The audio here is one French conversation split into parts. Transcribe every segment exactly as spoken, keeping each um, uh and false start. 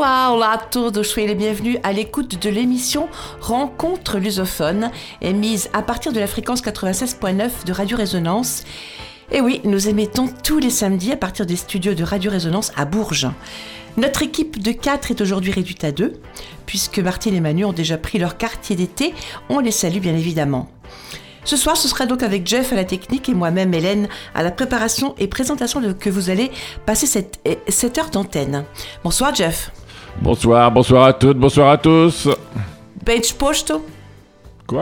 Olá, olá a todos, soyez les bienvenus à l'écoute de l'émission Rencontre lusophone, émise à partir de la fréquence quatre-vingt-seize virgule neuf de Radio Résonance. Et oui, nous émettons tous les samedis à partir des studios de Radio Résonance à Bourges. Notre équipe de quatre est aujourd'hui réduite à deux, puisque Martine et Manu ont déjà pris leur quartier d'été. On les salue bien évidemment. Ce soir, ce sera donc avec Jeff à la technique et moi-même, Hélène, à la préparation et présentation de que vous allez passer cette, cette heure d'antenne. Bonsoir, Jeff. Bonsoir, bonsoir à toutes, bonsoir à tous. Page posto. Quoi ?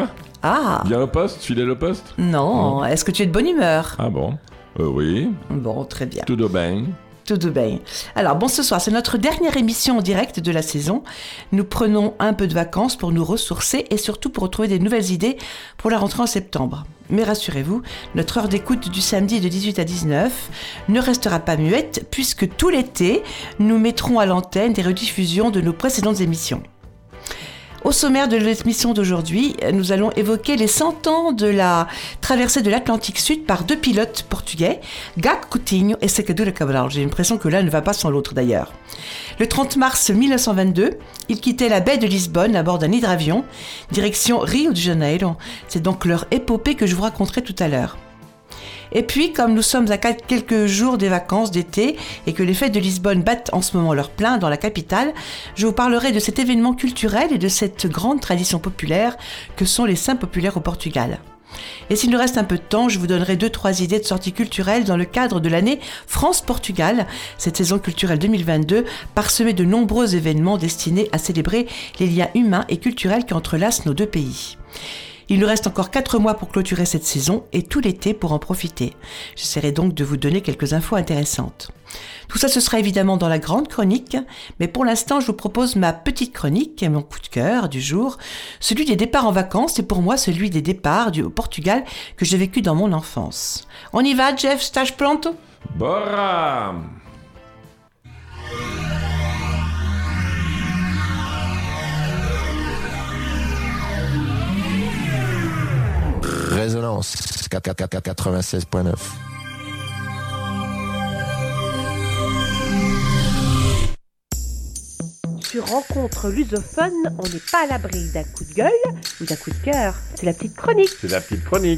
Ah. Viens au poste, fidèle au poste ? Non, mmh. Est-ce que tu es de bonne humeur ? Ah bon ? euh, Oui. Bon, très bien. Tout de bien. Tout de bien. Alors, bon, ce soir, c'est notre dernière émission en direct de la saison. Nous prenons un peu de vacances pour nous ressourcer et surtout pour retrouver des nouvelles idées pour la rentrée en septembre. Mais rassurez-vous, notre heure d'écoute du samedi de dix-huit à dix-neuf ne restera pas muette puisque tout l'été, nous mettrons à l'antenne des rediffusions de nos précédentes émissions. Au sommaire de l'émission d'aujourd'hui, nous allons évoquer les cent ans de la traversée de l'Atlantique Sud par deux pilotes portugais, Gago Coutinho et Secadura Cabral. J'ai l'impression que l'un ne va pas sans l'autre d'ailleurs. Le trente mars mille neuf cent vingt-deux, ils quittaient la baie de Lisbonne à bord d'un hydravion, direction Rio de Janeiro. C'est donc leur épopée que je vous raconterai tout à l'heure. Et puis, comme nous sommes à quelques jours des vacances d'été et que les fêtes de Lisbonne battent en ce moment leur plein dans la capitale, je vous parlerai de cet événement culturel et de cette grande tradition populaire que sont les Saints populaires au Portugal. Et s'il nous reste un peu de temps, je vous donnerai deux, trois idées de sorties culturelles dans le cadre de l'année France-Portugal, cette saison culturelle deux mille vingt-deux, parsemée de nombreux événements destinés à célébrer les liens humains et culturels qui entrelacent nos deux pays. Il nous reste encore quatre mois pour clôturer cette saison et tout l'été pour en profiter. J'essaierai donc de vous donner quelques infos intéressantes. Tout ça, ce sera évidemment dans la grande chronique, mais pour l'instant, je vous propose ma petite chronique et mon coup de cœur du jour, celui des départs en vacances et pour moi celui des départs du, au Portugal que j'ai vécu dans mon enfance. On y va, Jeff? Estás pronto? Bora! Résonance quatre-vingt-seize virgule neuf. Sur Rencontre lusophone, on n'est pas à l'abri d'un coup de gueule ou d'un coup de cœur. C'est la petite chronique. C'est la petite chronique.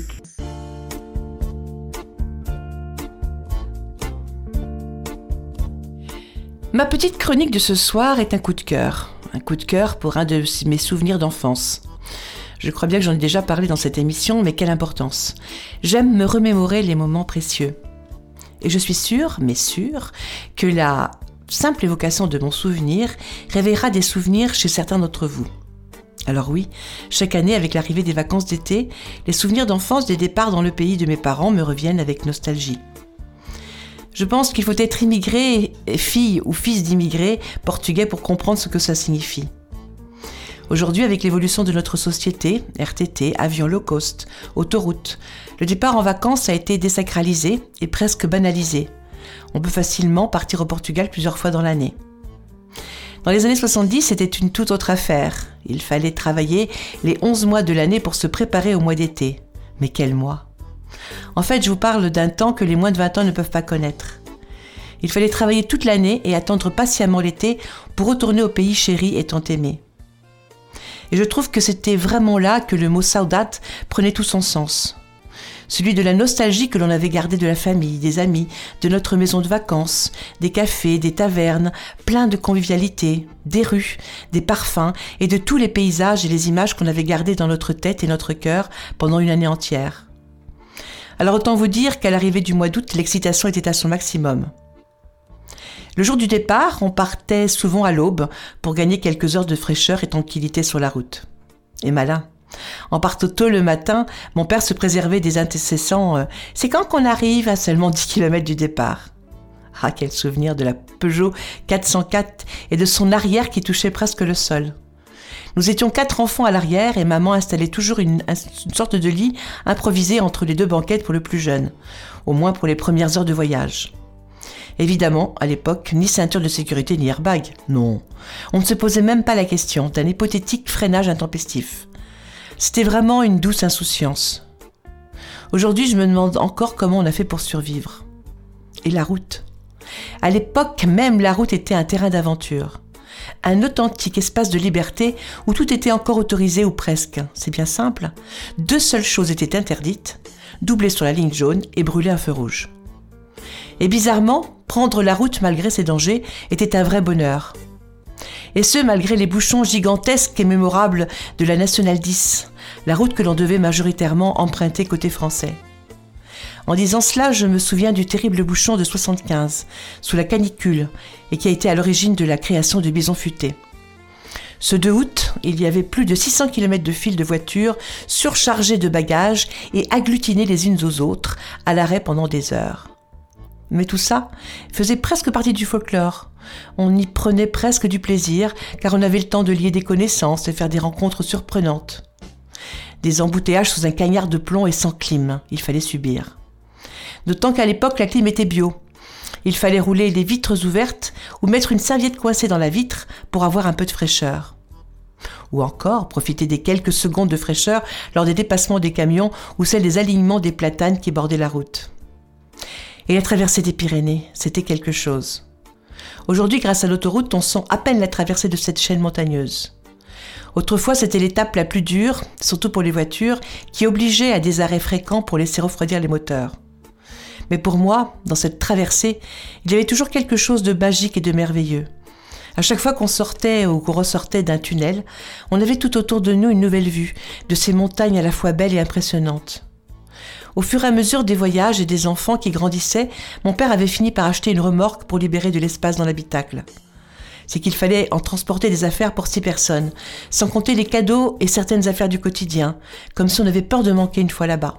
Ma petite chronique de ce soir est un coup de cœur. Un coup de cœur pour un de mes souvenirs d'enfance. Je crois bien que j'en ai déjà parlé dans cette émission, mais quelle importance. J'aime me remémorer les moments précieux. Et je suis sûre, mais sûre, que la simple évocation de mon souvenir réveillera des souvenirs chez certains d'entre vous. Alors oui, chaque année, avec l'arrivée des vacances d'été, les souvenirs d'enfance des départs dans le pays de mes parents me reviennent avec nostalgie. Je pense qu'il faut être immigré, fille ou fils d'immigrés portugais pour comprendre ce que ça signifie. Aujourd'hui, avec l'évolution de notre société, R T T, avions low cost, autoroutes, le départ en vacances a été désacralisé et presque banalisé. On peut facilement partir au Portugal plusieurs fois dans l'année. Dans les années soixante-dix, c'était une toute autre affaire. Il fallait travailler les onze mois de l'année pour se préparer au mois d'été. Mais quel mois ? En fait, je vous parle d'un temps que les moins de vingt ans ne peuvent pas connaître. Il fallait travailler toute l'année et attendre patiemment l'été pour retourner au pays chéri et tant aimé. Et je trouve que c'était vraiment là que le mot « saudade » prenait tout son sens. Celui de la nostalgie que l'on avait gardée de la famille, des amis, de notre maison de vacances, des cafés, des tavernes, plein de convivialité, des rues, des parfums et de tous les paysages et les images qu'on avait gardés dans notre tête et notre cœur pendant une année entière. Alors autant vous dire qu'à l'arrivée du mois d'août, l'excitation était à son maximum. Le jour du départ, on partait souvent à l'aube pour gagner quelques heures de fraîcheur et tranquillité sur la route. Et malin. En partant tôt le matin, mon père se préservait des incessants euh, « C'est quand qu'on arrive à seulement dix kilomètres du départ ?» Ah, quel souvenir de la Peugeot quatre cent quatre et de son arrière qui touchait presque le sol. Nous étions quatre enfants à l'arrière et maman installait toujours une, une sorte de lit improvisé entre les deux banquettes pour le plus jeune, au moins pour les premières heures de voyage. Évidemment, à l'époque, ni ceinture de sécurité ni airbag. Non, on ne se posait même pas la question d'un hypothétique freinage intempestif. C'était vraiment une douce insouciance. Aujourd'hui, je me demande encore comment on a fait pour survivre. Et la route ? À l'époque, même la route était un terrain d'aventure. un authentique espace de liberté où tout était encore autorisé ou presque. C'est bien simple. Deux seules choses étaient interdites, doubler sur la ligne jaune et brûler un feu rouge. Et bizarrement, prendre la route malgré ses dangers était un vrai bonheur. Et ce, malgré les bouchons gigantesques et mémorables de la Nationale dix, la route que l'on devait majoritairement emprunter côté français. En disant cela, je me souviens du terrible bouchon de soixante-quinze, sous la canicule, et qui a été à l'origine de la création du Bison Futé. Ce deux août, il y avait plus de six cents kilomètres de files de voitures surchargées de bagages et agglutinées les unes aux autres, à l'arrêt pendant des heures. Mais tout ça faisait presque partie du folklore. On y prenait presque du plaisir, car on avait le temps de lier des connaissances et faire des rencontres surprenantes. Des embouteillages sous un cagnard de plomb et sans clim, il fallait subir. D'autant qu'à l'époque, la clim était bio. Il fallait rouler les vitres ouvertes ou mettre une serviette coincée dans la vitre pour avoir un peu de fraîcheur. Ou encore, profiter des quelques secondes de fraîcheur lors des dépassements des camions ou celle des alignements des platanes qui bordaient la route. Et la traversée des Pyrénées, c'était quelque chose. Aujourd'hui, grâce à l'autoroute, on sent à peine la traversée de cette chaîne montagneuse. Autrefois, c'était l'étape la plus dure, surtout pour les voitures, qui obligeait à des arrêts fréquents pour laisser refroidir les moteurs. Mais pour moi, dans cette traversée, il y avait toujours quelque chose de magique et de merveilleux. À chaque fois qu'on sortait ou qu'on ressortait d'un tunnel, on avait tout autour de nous une nouvelle vue, de ces montagnes à la fois belles et impressionnantes. Au fur et à mesure des voyages et des enfants qui grandissaient, mon père avait fini par acheter une remorque pour libérer de l'espace dans l'habitacle. C'est qu'il fallait en transporter des affaires pour six personnes, sans compter les cadeaux et certaines affaires du quotidien, comme si on avait peur de manquer une fois là-bas.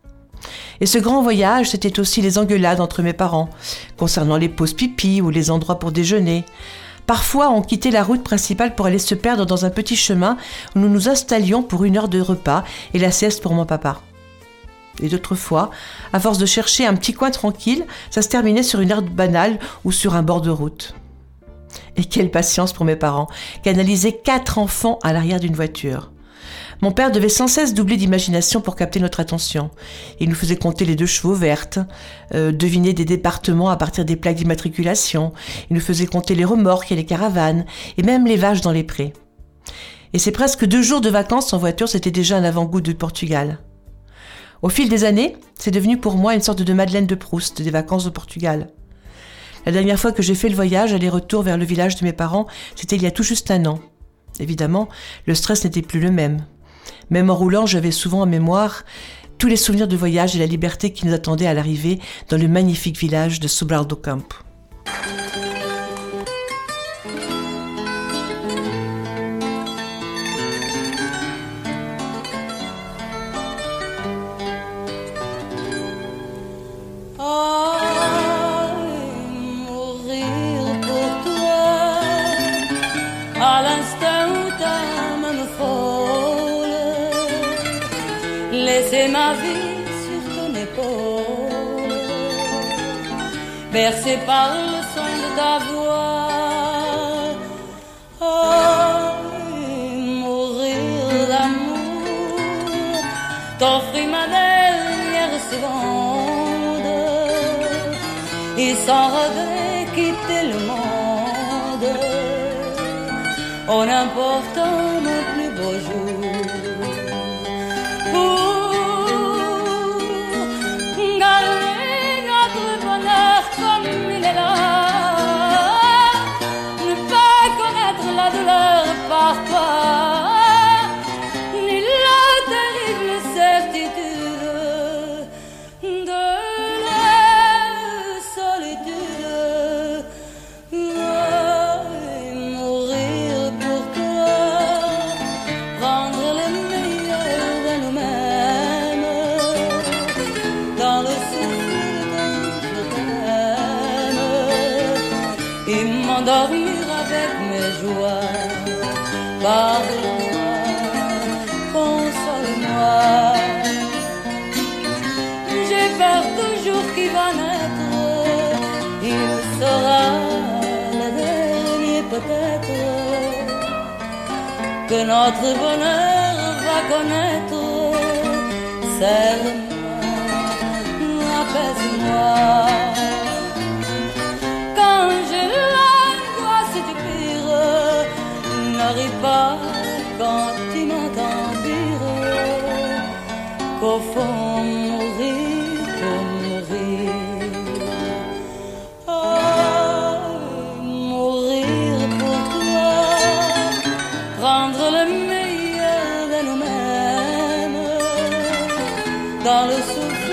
Et ce grand voyage, c'était aussi les engueulades entre mes parents, concernant les pauses pipi ou les endroits pour déjeuner. Parfois, on quittait la route principale pour aller se perdre dans un petit chemin où nous nous installions pour une heure de repas et la sieste pour mon papa. Et d'autres fois, à force de chercher un petit coin tranquille, ça se terminait sur une herbe banale ou sur un bord de route. Et quelle patience pour mes parents, canaliser quatre enfants à l'arrière d'une voiture. Mon père devait sans cesse doubler d'imagination pour capter notre attention. Il nous faisait compter les deux chevaux vertes, euh, deviner des départements à partir des plaques d'immatriculation. Il nous faisait compter les remorques et les caravanes, et même les vaches dans les prés. Et ces presque deux jours de vacances en voiture, c'était déjà un avant-goût du Portugal. Au fil des années, c'est devenu pour moi une sorte de Madeleine de Proust des vacances au Portugal. La dernière fois que j'ai fait le voyage aller-retour vers le village de mes parents, c'était il y a tout juste un an. Évidemment, le stress n'était plus le même. Même en roulant, j'avais souvent en mémoire tous les souvenirs de voyage et la liberté qui nous attendait à l'arrivée dans le magnifique village de Sobral do Campo. Laisser ma vie sur ton épaule, bercé par le son de ta voix. Oh, mourir d'amour, t'offrir ma dernière seconde, et sans regret quitter le monde, en emportant mon plus beau jour. Par toi, ni la terrible certitude de la solitude. Ouais, mourir pour toi, rendre le meilleur de nous-mêmes, dans le souffle de je t'aime, et m'endormir avec mes joies. Parle-moi, console-moi. J'ai peur du jour qui va naître, il sera le dernier peut-être, que notre bonheur va connaître. Serre-moi, apaise-moi. Quand j'ai l'angoisse du pire,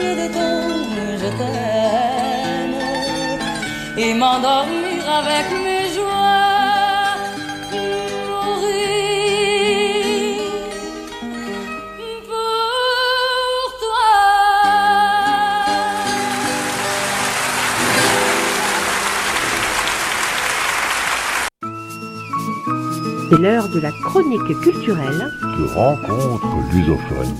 souvenir de ton je t'aime et m'endormir avec mes joies, mourir pour toi. C'est l'heure de la chronique culturelle de rencontres lusophones.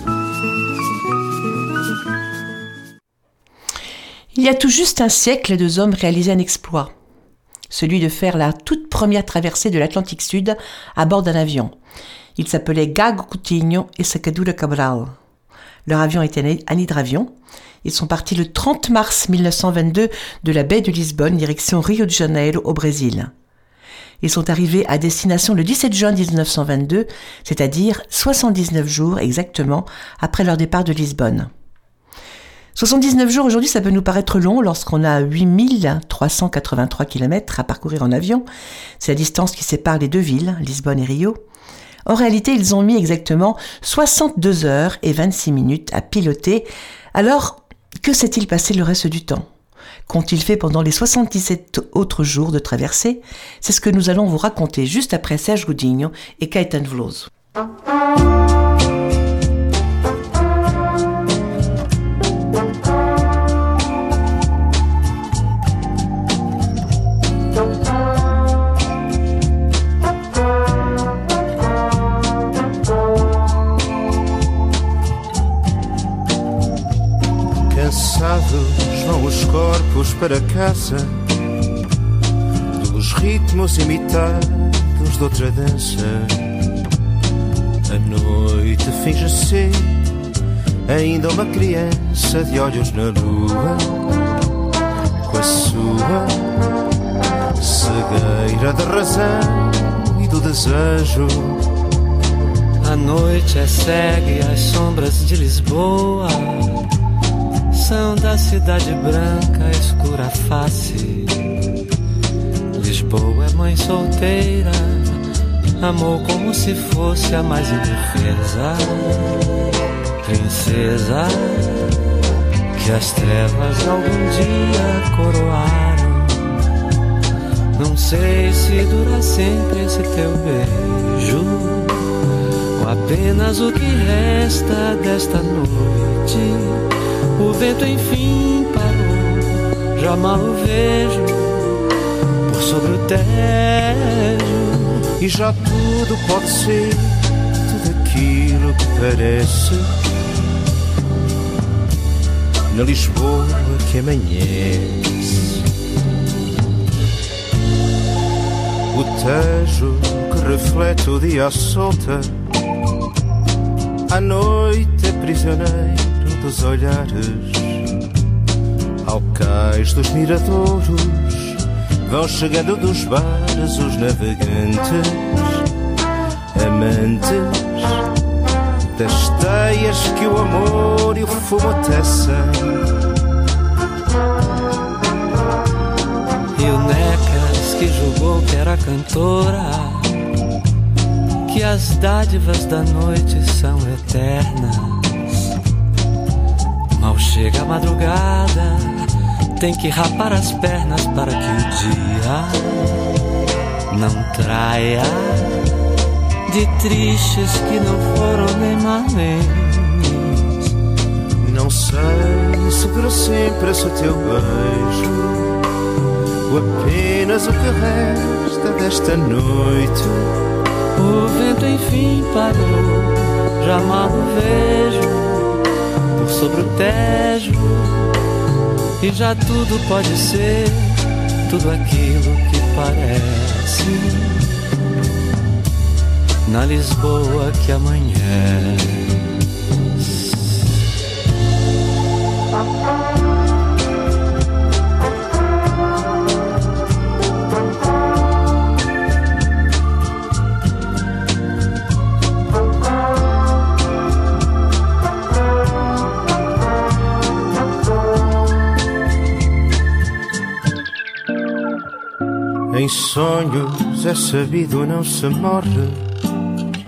Il y a tout juste un siècle, deux hommes réalisaient un exploit. Celui de faire la toute première traversée de l'Atlantique Sud à bord d'un avion. Ils s'appelaient Gago Coutinho et Sacadura Cabral. Leur avion était un hydravion. Ils sont partis le trente mars mille neuf cent vingt-deux de la baie de Lisbonne, direction Rio de Janeiro au Brésil. Ils sont arrivés à destination le dix-sept juin mille neuf cent vingt-deux, c'est-à-dire soixante-dix-neuf jours exactement après leur départ de Lisbonne. soixante-dix-neuf jours aujourd'hui, ça peut nous paraître long lorsqu'on a huit mille trois cent quatre-vingt-trois kilomètres à parcourir en avion. C'est la distance qui sépare les deux villes, Lisbonne et Rio. En réalité, ils ont mis exactement soixante-deux heures et vingt-six minutes à piloter. Alors, que s'est-il passé le reste du temps ? Qu'ont-ils fait pendant les soixante-dix-sept autres jours de traversée ? C'est ce que nous allons vous raconter juste après Serge Godinho et Caetano Veloso. Cansados vão os corpos para casa, dos ritmos imitados de outra dança. A noite finge ser ainda uma criança de olhos na lua, com a sua cegueira da razão e do desejo. A noite é cega e as sombras de Lisboa são da cidade branca, escura face. Lisboa é mãe solteira, amou como se fosse a mais indefesa princesa que as trevas algum dia coroaram. Não sei se dura sempre esse teu beijo, ou apenas o que resta desta noite. O vento enfim parou, já mal o vejo por sobre o Tejo. E já tudo pode ser, tudo aquilo que parece, na Lisboa que amanhece. O Tejo que reflete o dia à solta, à noite é prisioneiro dos olhares. Ao cais dos miradouros vão chegando dos bares os navegantes, amantes das teias que o amor e o fumo tecem. E o Necas que julgou que era cantora, que as dádivas da noite são eternas. Mal chega a madrugada, tem que rapar as pernas para que o dia não traia de tristes que não foram nem manemes. Não sei se dura sempre esse teu beijo, ou apenas o que resta desta noite. O vento enfim parou, já mal o vejo por sobre o Tejo. E já tudo pode ser, tudo aquilo que parece, na Lisboa que amanhece. Em sonhos é sabido não se morre.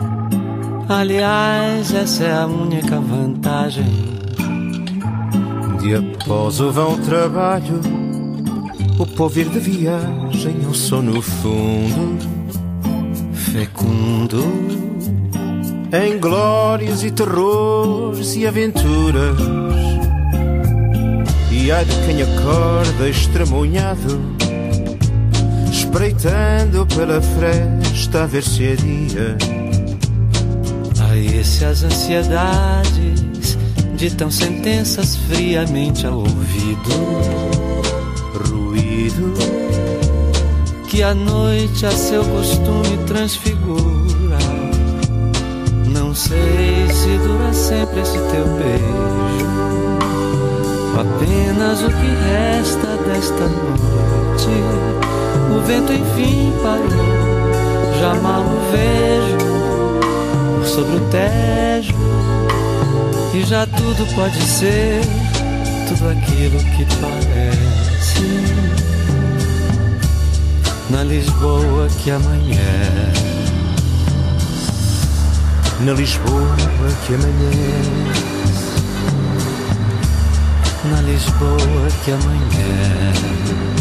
Aliás, essa é a única vantagem. E após o vão trabalho, o povo ir de viagem ao sono fundo, fecundo, em glórias e terrores e aventuras. E ai de quem acorda estremunhado, espreitando pela fresta a ver se é dia. Aí se as ansiedades ditam sentenças friamente ao ouvido, ruído que a noite a seu costume transfigura. Não sei se dura sempre esse teu beijo, apenas o que resta desta noite. O vento enfim parou, já mal o vejo sobre o Tejo, e já tudo pode ser tudo aquilo que parece na Lisboa que amanhece, na Lisboa que amanhece, na Lisboa que amanhece.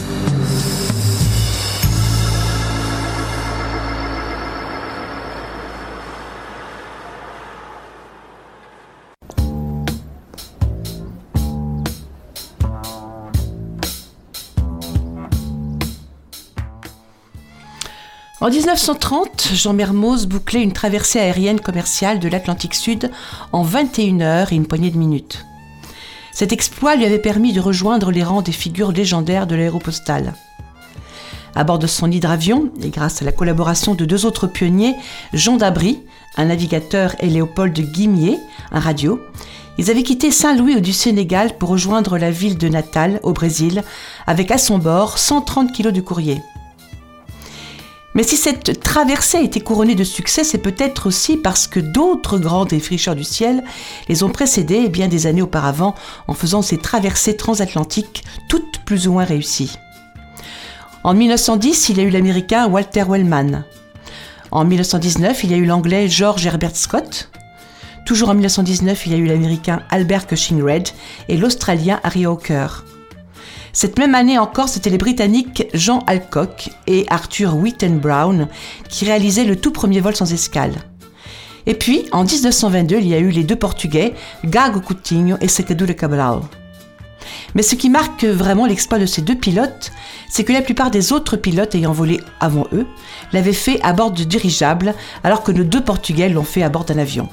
En dix-neuf cent trente, Jean Mermoz bouclait une traversée aérienne commerciale de l'Atlantique Sud en vingt et une heures et une poignée de minutes. Cet exploit lui avait permis de rejoindre les rangs des figures légendaires de l'aéropostale. À bord de son hydravion, et grâce à la collaboration de deux autres pionniers, Jean Dabry, un navigateur, et Léopold Guimier, un radio, ils avaient quitté Saint-Louis du Sénégal pour rejoindre la ville de Natal, au Brésil, avec à son bord cent trente kilos de courrier. Mais si cette traversée a été couronnée de succès, c'est peut-être aussi parce que d'autres grands défricheurs du ciel les ont précédés bien des années auparavant en faisant ces traversées transatlantiques toutes plus ou moins réussies. En mille neuf cent dix, il y a eu l'américain Walter Wellman. En mille neuf cent dix-neuf, il y a eu l'anglais George Herbert Scott. Toujours en mille neuf cent dix-neuf, il y a eu l'américain Albert Cushing-Reid et l'australien Harry Hawker. Cette même année encore, c'était les Britanniques Jean Alcock et Arthur Whitten-Brown qui réalisaient le tout premier vol sans escale. Et puis, en dix-neuf cent vingt-deux, il y a eu les deux Portugais, Gago Coutinho et Secadura Cabral. Mais ce qui marque vraiment l'exploit de ces deux pilotes, c'est que la plupart des autres pilotes ayant volé avant eux l'avaient fait à bord de dirigeables, alors que nos deux Portugais l'ont fait à bord d'un avion.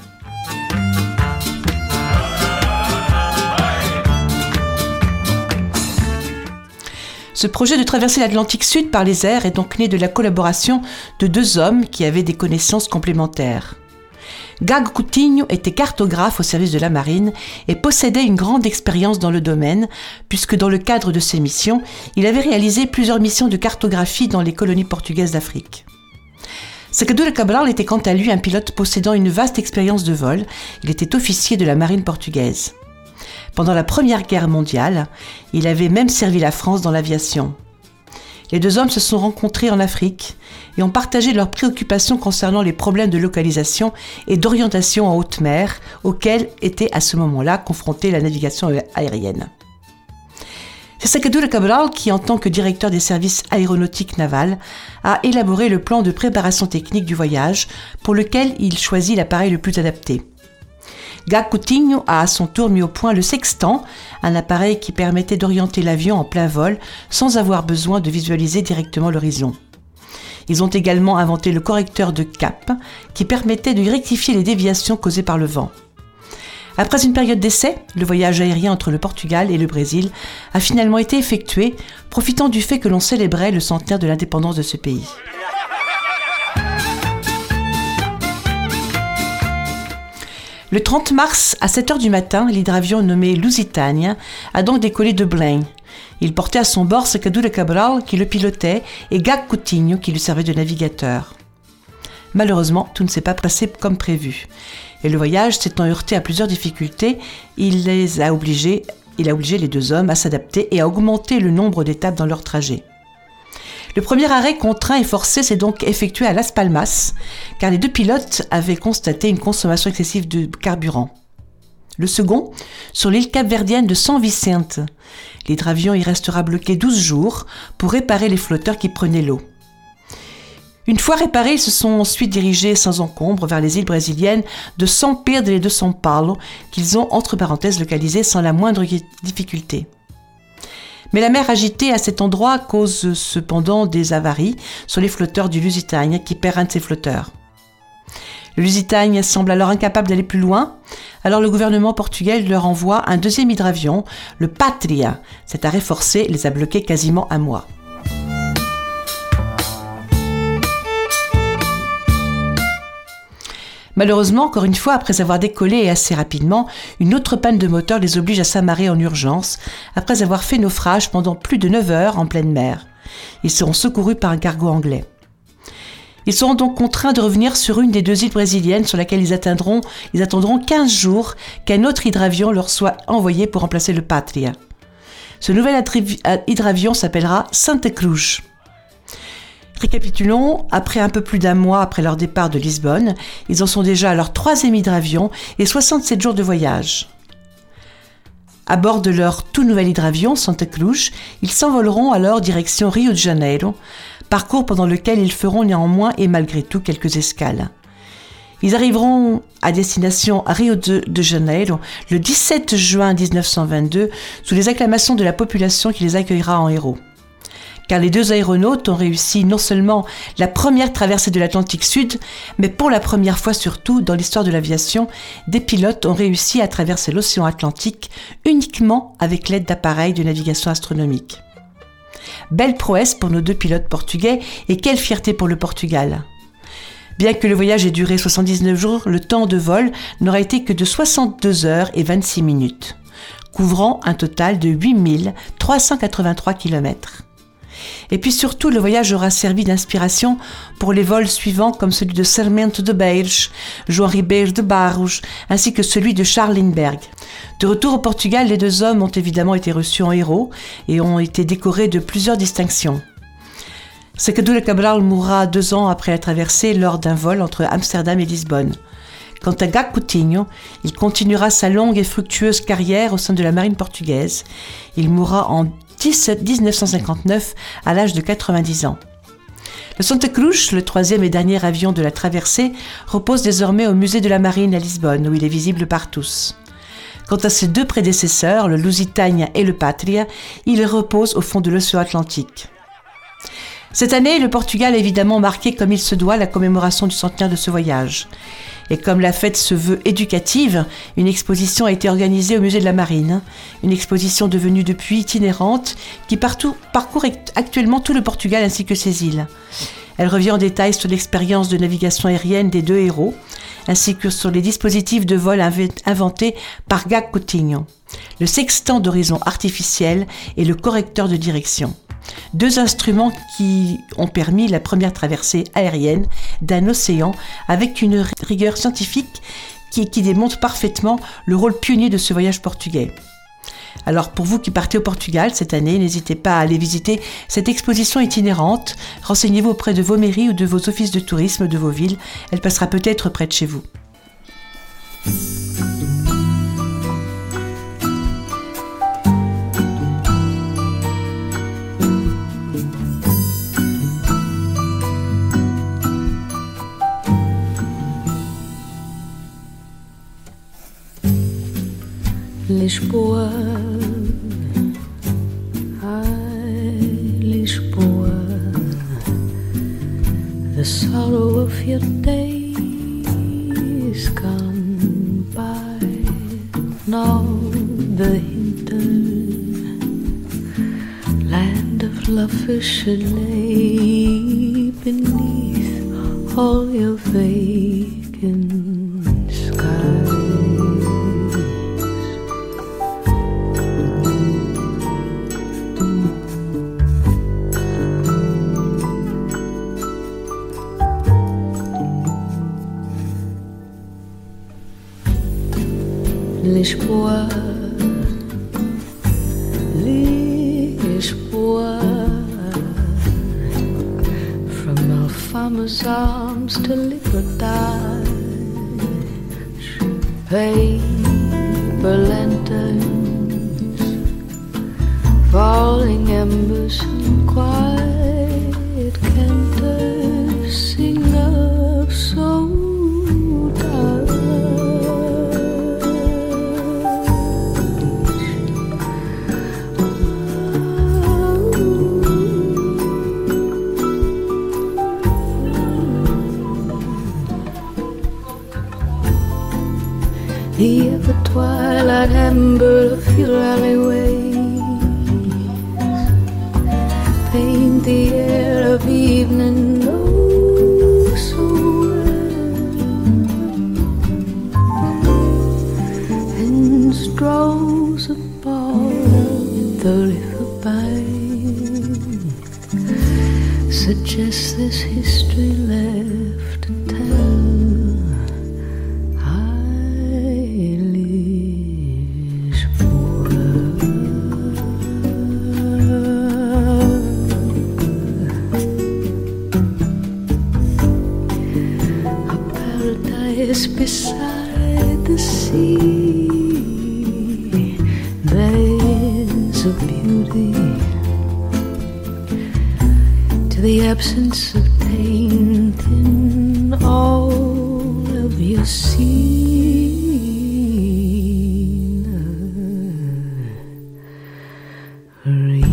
Ce projet de traverser l'Atlantique Sud par les airs est donc né de la collaboration de deux hommes qui avaient des connaissances complémentaires. Gago Coutinho était cartographe au service de la marine et possédait une grande expérience dans le domaine, puisque dans le cadre de ses missions, il avait réalisé plusieurs missions de cartographie dans les colonies portugaises d'Afrique. Secadura Cabral était quant à lui un pilote possédant une vaste expérience de vol. Il était officier de la marine portugaise. Pendant la Première Guerre mondiale, il avait même servi la France dans l'aviation. Les deux hommes se sont rencontrés en Afrique et ont partagé leurs préoccupations concernant les problèmes de localisation et d'orientation en haute mer auxquels était à ce moment-là confrontée la navigation aérienne. C'est Secadura Cabral qui, en tant que directeur des services aéronautiques navals, a élaboré le plan de préparation technique du voyage pour lequel il choisit l'appareil le plus adapté. Gago Coutinho a à son tour mis au point le sextant, un appareil qui permettait d'orienter l'avion en plein vol sans avoir besoin de visualiser directement l'horizon. Ils ont également inventé le correcteur de cap qui permettait de rectifier les déviations causées par le vent. Après une période d'essai, le voyage aérien entre le Portugal et le Brésil a finalement été effectué, profitant du fait que l'on célébrait le centenaire de l'indépendance de ce pays. Le trente mars, à sept heures du matin, l'hydravion nommé Lusitania a donc décollé de Belém. Il portait à son bord Secadura Cabral qui le pilotait et Gago Coutinho qui lui servait de navigateur. Malheureusement, tout ne s'est pas passé comme prévu. Et le voyage s'étant heurté à plusieurs difficultés, il les a obligés, il a obligé les deux hommes à s'adapter et à augmenter le nombre d'étapes dans leur trajet. Le premier arrêt contraint et forcé s'est donc effectué à Las Palmas, car les deux pilotes avaient constaté une consommation excessive de carburant. Le second, sur l'île capverdienne de San Vicente. L'hydravion y restera bloqué douze jours pour réparer les flotteurs qui prenaient l'eau. Une fois réparés, ils se sont ensuite dirigés sans encombre vers les îles brésiliennes de São Pedro et de São Paulo, qu'ils ont entre parenthèses localisées sans la moindre difficulté. Mais la mer agitée à cet endroit cause cependant des avaries sur les flotteurs du Lusitania qui perd un de ses flotteurs. Le Lusitania semble alors incapable d'aller plus loin, alors le gouvernement portugais leur envoie un deuxième hydravion, le Patria. Cet arrêt forcé les a bloqués quasiment un mois. Malheureusement, encore une fois, après avoir décollé et assez rapidement, une autre panne de moteur les oblige à s'amarrer en urgence, après avoir fait naufrage pendant plus de neuf heures en pleine mer. Ils seront secourus par un cargo anglais. Ils seront donc contraints de revenir sur une des deux îles brésiliennes sur laquelle ils attendront, ils attendront quinze jours qu'un autre hydravion leur soit envoyé pour remplacer le Patria. Ce nouvel hydravion s'appellera Santa Cruz. Récapitulons, après un peu plus d'un mois après leur départ de Lisbonne, ils en sont déjà à leur troisième hydravion et soixante-sept jours de voyage. À bord de leur tout nouvel hydravion, Santa Cruz, ils s'envoleront alors direction Rio de Janeiro, parcours pendant lequel ils feront néanmoins et malgré tout quelques escales. Ils arriveront à destination à Rio de, de Janeiro le dix-sept juin dix-neuf cent vingt-deux sous les acclamations de la population qui les accueillera en héros. Car les deux aéronautes ont réussi non seulement la première traversée de l'Atlantique Sud, mais pour la première fois surtout dans l'histoire de l'aviation, des pilotes ont réussi à traverser l'océan Atlantique uniquement avec l'aide d'appareils de navigation astronomique. Belle prouesse pour nos deux pilotes portugais et quelle fierté pour le Portugal. Bien que le voyage ait duré soixante-dix-neuf jours, le temps de vol n'aura été que de soixante-deux heures et vingt-six minutes, couvrant un total de huit mille trois cent quatre-vingt-trois kilomètres. Et puis surtout, le voyage aura servi d'inspiration pour les vols suivants comme celui de Sarmiento de Beira, João Ribeiro de Barros, ainsi que celui de Charles Lindbergh. De retour au Portugal, les deux hommes ont évidemment été reçus en héros et ont été décorés de plusieurs distinctions. Sacadura Cabral mourra deux ans après la traversée lors d'un vol entre Amsterdam et Lisbonne. Quant à Gago Coutinho, il continuera sa longue et fructueuse carrière au sein de la marine portugaise. Il mourra en dix-neuf cent cinquante-neuf à l'âge de quatre-vingt-dix ans. Le Santa Cruz, le troisième et dernier avion de la traversée, repose désormais au musée de la Marine à Lisbonne, où il est visible par tous. Quant à ses deux prédécesseurs, le Lusitania et le Patria, ils reposent au fond de l'océan Atlantique. Cette année, le Portugal a évidemment marqué comme il se doit la commémoration du centenaire de ce voyage. Et comme la fête se veut éducative, une exposition a été organisée au musée de la Marine, une exposition devenue depuis itinérante qui partout, parcourt actuellement tout le Portugal ainsi que ses îles. Elle revient en détail sur l'expérience de navigation aérienne des deux héros, ainsi que sur les dispositifs de vol inventés par Gago Coutinho, le sextant d'horizon artificiel et le correcteur de direction. Deux instruments qui ont permis la première traversée aérienne d'un océan avec une rigueur scientifique qui, qui démontre parfaitement le rôle pionnier de ce voyage portugais. Alors pour vous qui partez au Portugal cette année, n'hésitez pas à aller visiter cette exposition itinérante. Renseignez-vous auprès de vos mairies ou de vos offices de tourisme de vos villes. Elle passera peut-être près de chez vous. Lisboa, ai Lisboa, the sorrow of your days gone by, now the hinter land of lovers should lay beneath all your vacant skies. Lisboa, Lisboa, from Alfama's arms to Liberdade, pain paper lanterns, falling embers and quiet cantors sing love so dark. The ever twilight amber of your alleyways paint the air of evening oh so well, and strolls upon the river bank suggest there's history left to tell. Beside the sea, there's a beauty to the absence of taint in all of your scenery.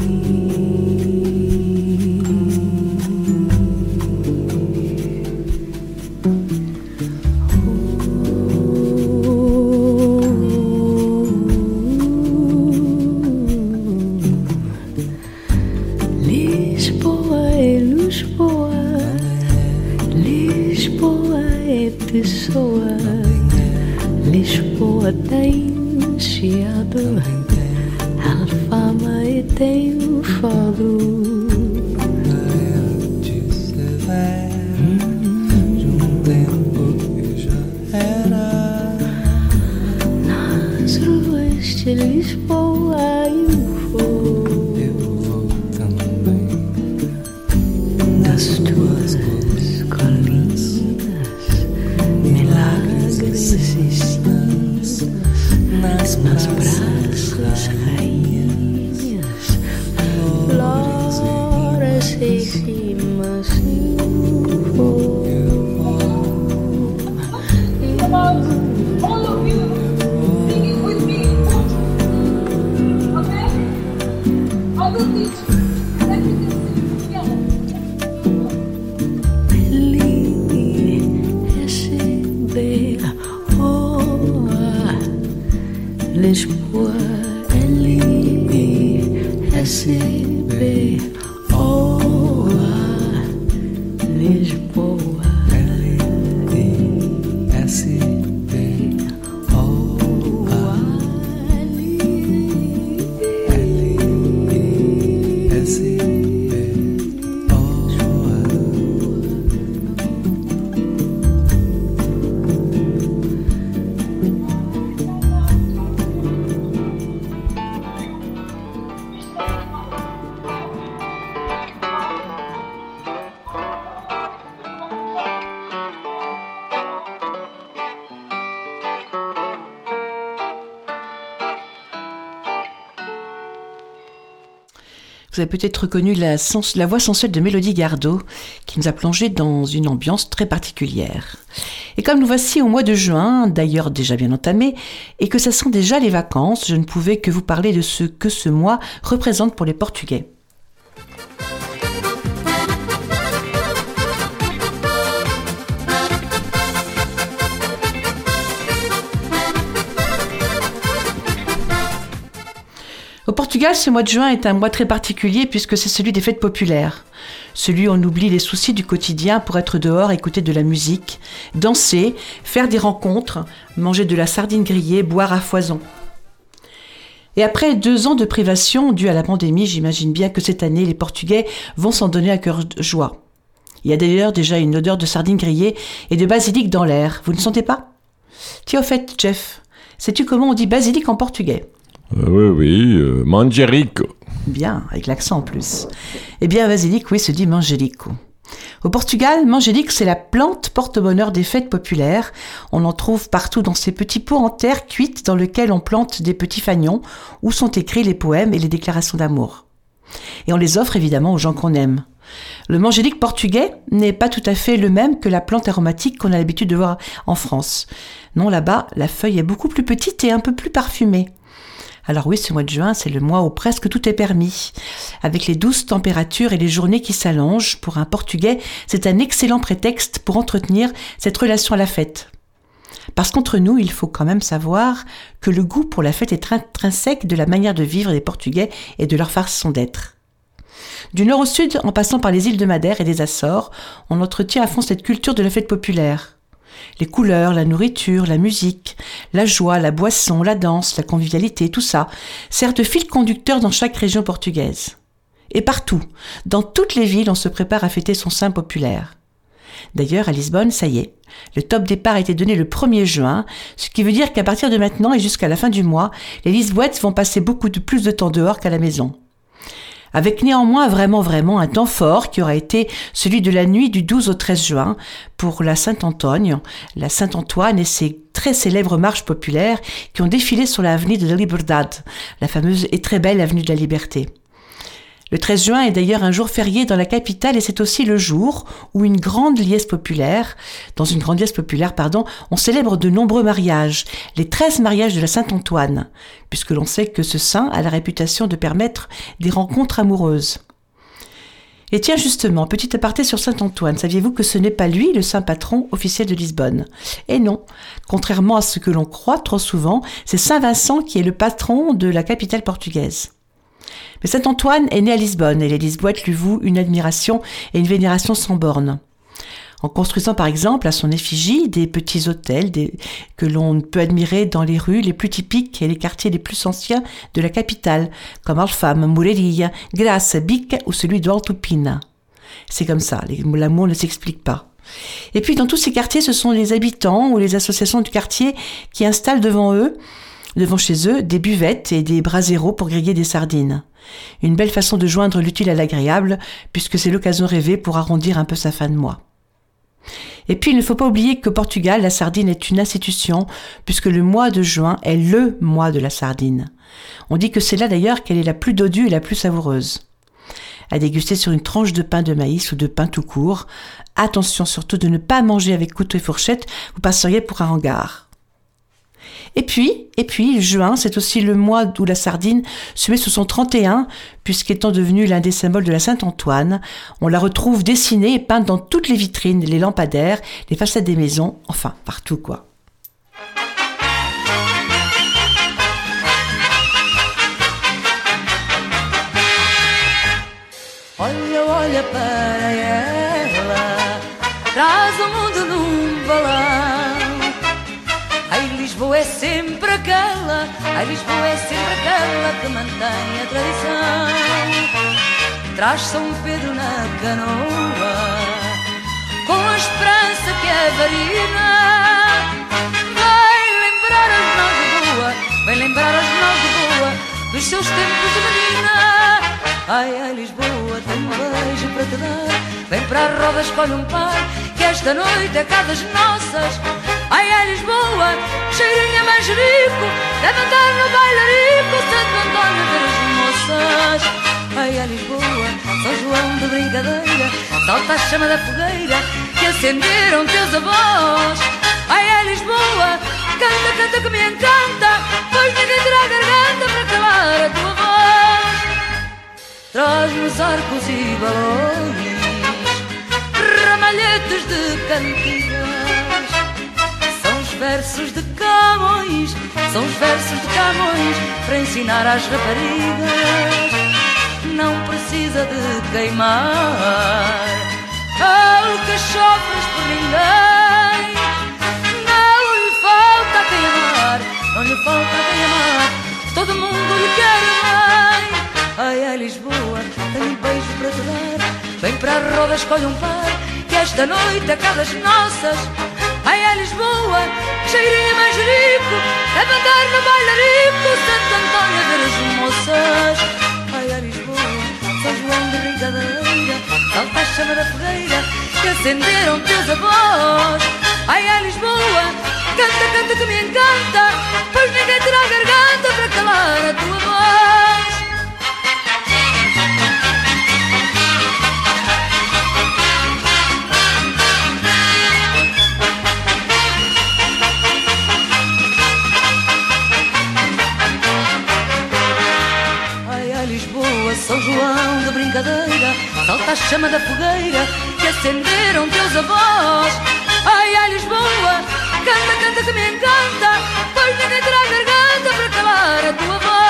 Pessoa, Lisboa tem chiado, Alfama e tem o fado. Antes severo, de um tempo que já era. Nas ruas de Lisboa eu vou, eu vou também. Das tuas colinas, milagres e cinzas, nas, nas praças rainhas, flores e rimas eu vou. All of you singing with me, okay? I will teach you. Let me sing together. Lisboa, L S B O A, Lisboa, L S B O A, L S B O A. Vous avez peut-être reconnu la, sens- la voix sensuelle de Mélodie Gardot, qui nous a plongé dans une ambiance très particulière. Et comme nous voici au mois de juin, d'ailleurs déjà bien entamé, et que ça sent déjà les vacances, je ne pouvais que vous parler de ce que ce mois représente pour les Portugais. Au Portugal, ce mois de juin est un mois très particulier puisque c'est celui des fêtes populaires. Celui où on oublie les soucis du quotidien pour être dehors, écouter de la musique, danser, faire des rencontres, manger de la sardine grillée, boire à foison. Et après deux ans de privation due à la pandémie, j'imagine bien que cette année, les Portugais vont s'en donner à cœur joie. Il y a d'ailleurs déjà une odeur de sardine grillée et de basilic dans l'air, vous ne sentez pas ? Tiens, au fait, Jeff, sais-tu comment on dit basilic en portugais ? Euh, oui, oui, euh, manjerico. Bien, avec l'accent en plus. Eh bien, basilic, oui, se dit manjerico. Au Portugal, Mangélique, c'est la plante porte-bonheur des fêtes populaires. On en trouve partout dans ces petits pots en terre cuite dans lesquels on plante des petits fanions où sont écrits les poèmes et les déclarations d'amour. Et on les offre évidemment aux gens qu'on aime. Le Mangélique portugais n'est pas tout à fait le même que la plante aromatique qu'on a l'habitude de voir en France. Non, là-bas, la feuille est beaucoup plus petite et un peu plus parfumée. Alors oui, ce mois de juin, c'est le mois où presque tout est permis. Avec les douces températures et les journées qui s'allongent, pour un Portugais, c'est un excellent prétexte pour entretenir cette relation à la fête. Parce qu'entre nous, il faut quand même savoir que le goût pour la fête est intrinsèque de la manière de vivre des Portugais et de leur façon d'être. Du nord au sud, en passant par les îles de Madère et des Açores, on entretient à fond cette culture de la fête populaire. Les couleurs, la nourriture, la musique, la joie, la boisson, la danse, la convivialité, tout ça sert de fil conducteur dans chaque région portugaise. Et partout, dans toutes les villes, on se prépare à fêter son saint populaire. D'ailleurs, à Lisbonne, ça y est, le top départ a été donné le premier juin, ce qui veut dire qu'à partir de maintenant et jusqu'à la fin du mois, les Lisboètes vont passer beaucoup de plus de temps dehors qu'à la maison. Avec néanmoins vraiment vraiment un temps fort qui aura été celui de la nuit du douze au treize juin pour la Saint-Antoine, la Saint-Antoine et ses très célèbres marches populaires qui ont défilé sur l'avenue de la Liberdade, la fameuse et très belle avenue de la Liberté. Le treize juin est d'ailleurs un jour férié dans la capitale et c'est aussi le jour où une grande liesse populaire, dans une grande liesse populaire, pardon, on célèbre de nombreux mariages, les treize mariages de la Saint-Antoine, puisque l'on sait que ce saint a la réputation de permettre des rencontres amoureuses. Et tiens justement, petit aparté sur Saint-Antoine, saviez-vous que ce n'est pas lui le saint patron officiel de Lisbonne ? Et non, contrairement à ce que l'on croit trop souvent, c'est Saint Vincent qui est le patron de la capitale portugaise. Mais Saint-Antoine est né à Lisbonne et les Lisboètes lui vouent une admiration et une vénération sans borne. En construisant par exemple à son effigie des petits hôtels des, que l'on peut admirer dans les rues les plus typiques et les quartiers les plus anciens de la capitale, comme Alfama, Moreirinha, Graça, Bica ou celui de Alto Pina. C'est comme ça, l'amour ne s'explique pas. Et puis dans tous ces quartiers, ce sont les habitants ou les associations du quartier qui installent devant eux devant chez eux des buvettes et des braseros pour griller des sardines. Une belle façon de joindre l'utile à l'agréable, puisque c'est l'occasion rêvée pour arrondir un peu sa fin de mois. Et puis il ne faut pas oublier qu'au Portugal, la sardine est une institution, puisque le mois de juin est le mois de la sardine. On dit que c'est là d'ailleurs qu'elle est la plus dodue et la plus savoureuse. À déguster sur une tranche de pain de maïs ou de pain tout court. Attention surtout de ne pas manger avec couteau et fourchette, vous passeriez pour un hangard. Et puis, et puis, juin, c'est aussi le mois où la sardine se met sous son trente et un, puisqu'étant devenue l'un des symboles de la Saint-Antoine, on la retrouve dessinée et peinte dans toutes les vitrines, les lampadaires, les façades des maisons, enfin, partout quoi. Olha, olha para ela, traz o mundo num balão. Ai, Lisboa é sempre aquela, ai, Lisboa é sempre aquela que mantém a tradição. Traz São Pedro na canoa, com a esperança que é varina. Vai lembrar as mãos de boa, vai lembrar as mãos de boa dos seus tempos de menina. Ai, ai, Lisboa, tenho um beijo para te dar. Vem para a roda, escolhe um par, que esta noite é cá das nossas. Ai, ai, Lisboa, cheirinha manjerico, deve andar no bailarico, Santo António ver as moças. Ai, ai, Lisboa, São João de brincadeira, salta a chama da fogueira que acenderam teus avós. Ai, ai, Lisboa, canta, canta que me encanta, pois ninguém terá garganta para calar a tua voz. Traz-me os arcos e balões, ramalhetes de cantigas, são os versos de Camões, são os versos de Camões para ensinar às raparigas. Não precisa de queimar alcachofras por ninguém. Não lhe falta quem amar, não lhe falta quem amar, todo mundo lhe quer bem. Ai, ai, Lisboa, tenho um beijo para te dar. Vem para a roda, escolhe um par, que esta noite é cá das nossas. Ai, ai, Lisboa, cheirinha manjerico, deve andar no bailarico, Santo António ver as moças. Ai, ai, Lisboa, São João de brincadeira, salta a chama da fogueira acenderam teus avós. Ai, ai, Lisboa, canta, canta que me encanta, pois ninguém terá garganta para calar a tua voz. São João de brincadeira, salta a chama da fogueira que acenderam teus avós. Ai, ai, Lisboa, canta, canta que me encanta, pois ninguém terá garganta para calar a tua voz.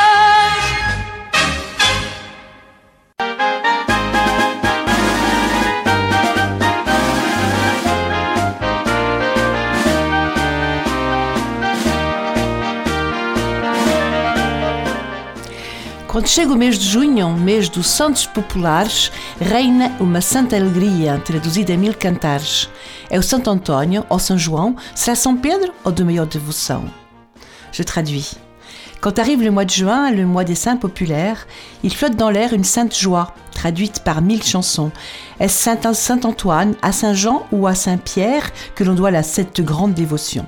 Quando chega o mês de junho, mês dos Santos Populares, reina uma santa alegria, traduzida em mil cantares. É o Santo António ou São João, será São Pedro ou de maior dévotion? Je traduis. Quand arrive le mois de juin, le mois des saints populaires, il flotte dans l'air une sainte joie, traduite par mille chansons. Est-ce Saint, Saint Antoine, à Saint Jean ou à Saint Pierre que l'on doit la cette grande dévotion?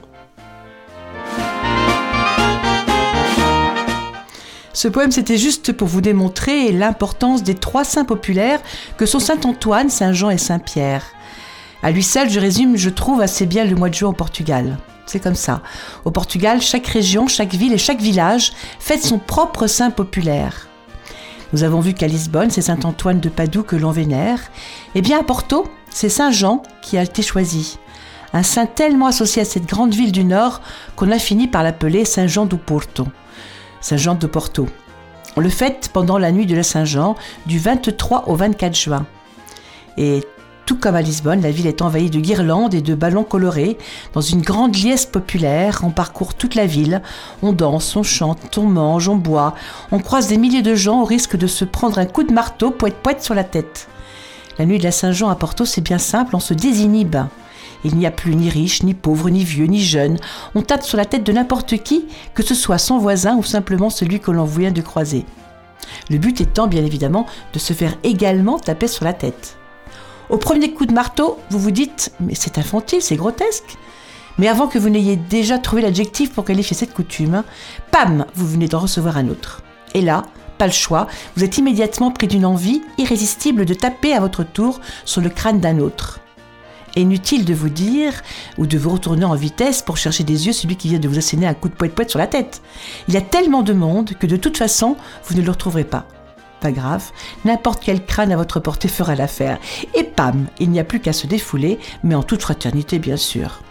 Ce poème, c'était juste pour vous démontrer l'importance des trois saints populaires que sont Saint Antoine, Saint Jean et Saint Pierre. À lui seul, je résume, je trouve assez bien le mois de juin au Portugal. C'est comme ça. Au Portugal, chaque région, chaque ville et chaque village fête son propre saint populaire. Nous avons vu qu'à Lisbonne, c'est Saint Antoine de Padoue que l'on vénère. Eh bien, à Porto, c'est Saint Jean qui a été choisi. Un saint tellement associé à cette grande ville du Nord qu'on a fini par l'appeler Saint Jean do Porto. Saint Jean de Porto. On le fête pendant la nuit de la Saint-Jean, du vingt-trois au vingt-quatre juin. Et tout comme à Lisbonne, la ville est envahie de guirlandes et de ballons colorés. Dans une grande liesse populaire, on parcourt toute la ville. On danse, on chante, on mange, on boit. On croise des milliers de gens au risque de se prendre un coup de marteau poète-poète sur la tête. La nuit de la Saint-Jean à Porto, c'est bien simple, on se désinhibe. Il n'y a plus ni riche, ni pauvre, ni vieux, ni jeune. On tape sur la tête de n'importe qui, que ce soit son voisin ou simplement celui que l'on vient de croiser. Le but étant, bien évidemment, de se faire également taper sur la tête. Au premier coup de marteau, vous vous dites « mais c'est infantile, c'est grotesque ». Mais avant que vous n'ayez déjà trouvé l'adjectif pour qualifier cette coutume, pam, vous venez d'en recevoir un autre. Et là, pas le choix, vous êtes immédiatement pris d'une envie irrésistible de taper à votre tour sur le crâne d'un autre. Inutile de vous dire ou de vous retourner en vitesse pour chercher des yeux celui qui vient de vous asséner un coup de poète-poète sur la tête. Il y a tellement de monde que de toute façon, vous ne le retrouverez pas. Pas grave, n'importe quel crâne à votre portée fera l'affaire. Et pam, il n'y a plus qu'à se défouler, mais en toute fraternité bien sûr.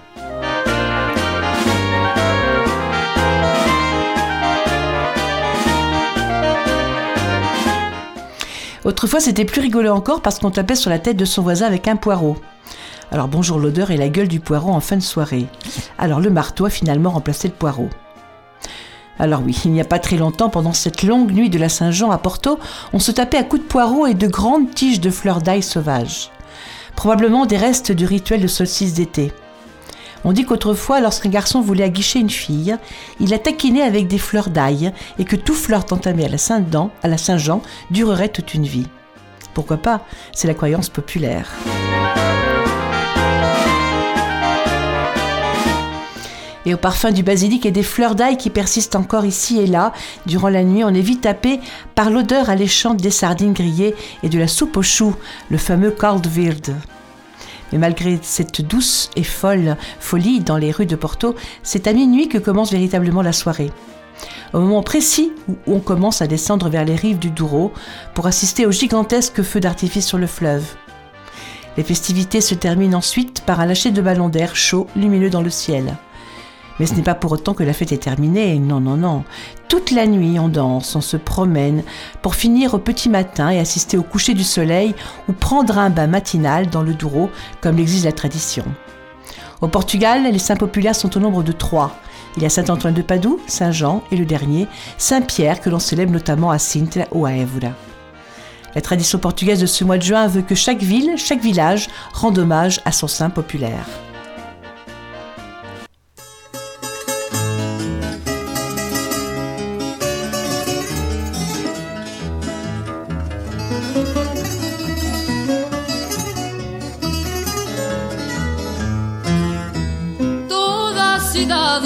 Autrefois, c'était plus rigolo encore parce qu'on tapait sur la tête de son voisin avec un poireau. Alors bonjour l'odeur et la gueule du poireau en fin de soirée. Alors le marteau a finalement remplacé le poireau. Alors oui, il n'y a pas très longtemps, pendant cette longue nuit de la Saint-Jean à Porto, on se tapait à coups de poireau et de grandes tiges de fleurs d'ail sauvages. Probablement des restes du rituel de solstice d'été. On dit qu'autrefois, lorsqu'un garçon voulait aguicher une fille, il la taquinait avec des fleurs d'ail et que tout flirt entamé à la Saint-Jean, à la Saint-Jean durerait toute une vie. Pourquoi pas? C'est la croyance populaire. Et au parfum du basilic et des fleurs d'ail qui persistent encore ici et là, durant la nuit, on est vite tapé par l'odeur alléchante des sardines grillées et de la soupe aux choux, le fameux Kaldvird. Mais malgré cette douce et folle folie dans les rues de Porto, c'est à minuit que commence véritablement la soirée. Au moment précis où on commence à descendre vers les rives du Douro pour assister au gigantesque feu d'artifice sur le fleuve. Les festivités se terminent ensuite par un lâcher de ballons d'air chaud, lumineux dans le ciel. Mais ce n'est pas pour autant que la fête est terminée, non, non, non. Toute la nuit, on danse, on se promène, pour finir au petit matin et assister au coucher du soleil ou prendre un bain matinal dans le Douro, comme l'exige la tradition. Au Portugal, les saints populaires sont au nombre de trois. Il y a Saint Antoine de Padoue, Saint Jean et le dernier, Saint Pierre, que l'on célèbre notamment à Sintra ou à Évora. La tradition portugaise de ce mois de juin veut que chaque ville, chaque village rende hommage à son saint populaire.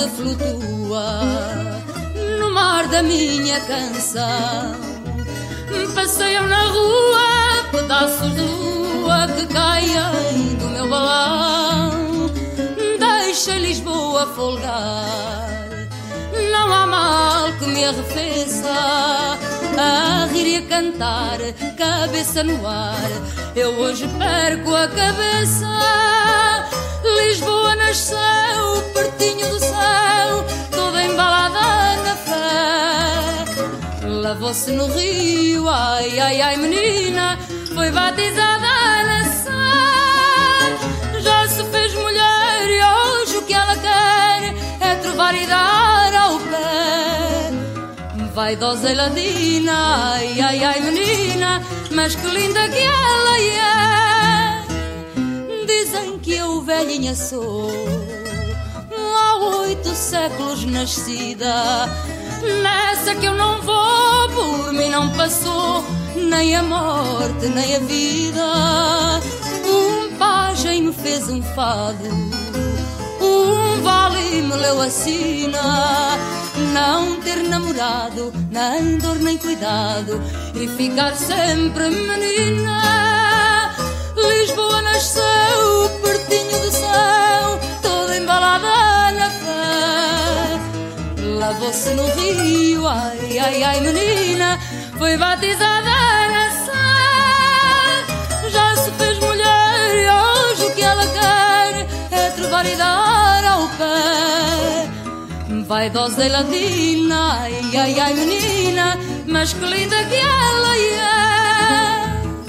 saudade flutua no mar da minha canção. Passeiam na rua pedaços de lua que caem do meu balão. Deixa Lisboa folgar, não há mal que me arrefeça. A rir e a cantar, cabeça no ar, eu hoje perco a cabeça. Lisboa nasceu pertinho do céu, toda embalada na fé. Lavou-se no rio, ai, ai, ai menina, foi batizada na Sé. Já se fez mulher e hoje o que ela quer é trovar e dar ao pé. Vaidosa e ladina, ai, ai, ai menina, mas que linda que ela é. Dizem que eu velhinha sou, há oito séculos nascida. Nessa que eu não vou, por mim não passou nem a morte, nem a vida. Um pajem me fez um fado, um vale me leu a sina. Não ter namorado, nem dor nem cuidado, e ficar sempre menina. Lisboa nasceu pertinho do céu, toda embalada na fé. Lavou-se no rio, ai, ai, ai menina, foi batizada na Sé. Já se fez mulher e hoje o que ela quer é trovar e dar ao pé. Vaidosa e ladina, ai, ai, ai menina, mas que linda que ela é.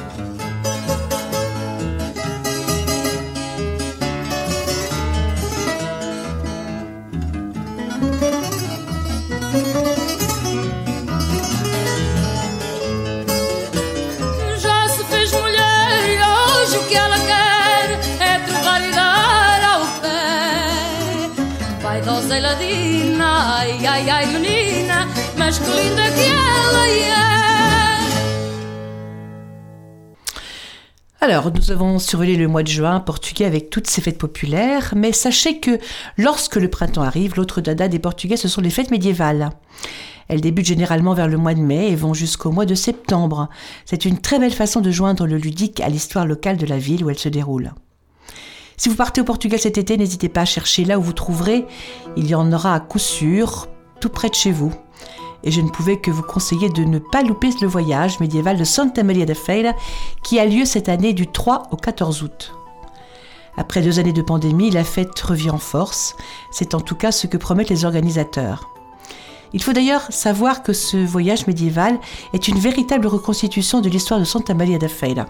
Já se fez mulher e hoje o que ela quer é trovar e dar ao pé. Vaidosa e ladina, ai, ai, ai menina, mas que linda que ela é. Alors, nous avons survolé le mois de juin portugais avec toutes ces fêtes populaires, mais sachez que lorsque le printemps arrive, l'autre dada des Portugais, ce sont les fêtes médiévales. Elles débutent généralement vers le mois de mai et vont jusqu'au mois de septembre. C'est une très belle façon de joindre le ludique à l'histoire locale de la ville où elle se déroule. Si vous partez au Portugal cet été, n'hésitez pas à chercher là où vous trouverez. Il y en aura à coup sûr, tout près de chez vous. Et je ne pouvais que vous conseiller de ne pas louper le voyage médiéval de Santa Maria da Feira qui a lieu cette année du trois au quatorze août. Après deux années de pandémie, la fête revient en force. C'est en tout cas ce que promettent les organisateurs. Il faut d'ailleurs savoir que ce voyage médiéval est une véritable reconstitution de l'histoire de Santa Maria da Feira.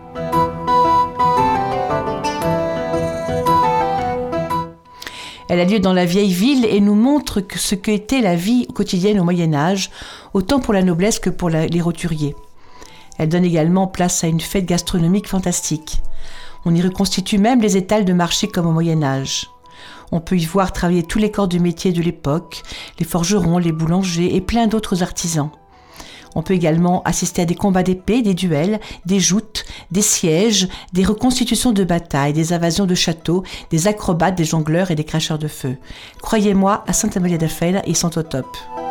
Elle a lieu dans la vieille ville et nous montre ce qu'était la vie quotidienne au Moyen-Âge, autant pour la noblesse que pour la, les roturiers. Elle donne également place à une fête gastronomique fantastique. On y reconstitue même les étals de marché comme au Moyen-Âge. On peut y voir travailler tous les corps de métier de l'époque, les forgerons, les boulangers et plein d'autres artisans. On peut également assister à des combats d'épée, des duels, des joutes, des sièges, des reconstitutions de batailles, des invasions de châteaux, des acrobates, des jongleurs et des cracheurs de feu. Croyez-moi, à Santa Maria da Feira, ils sont au top.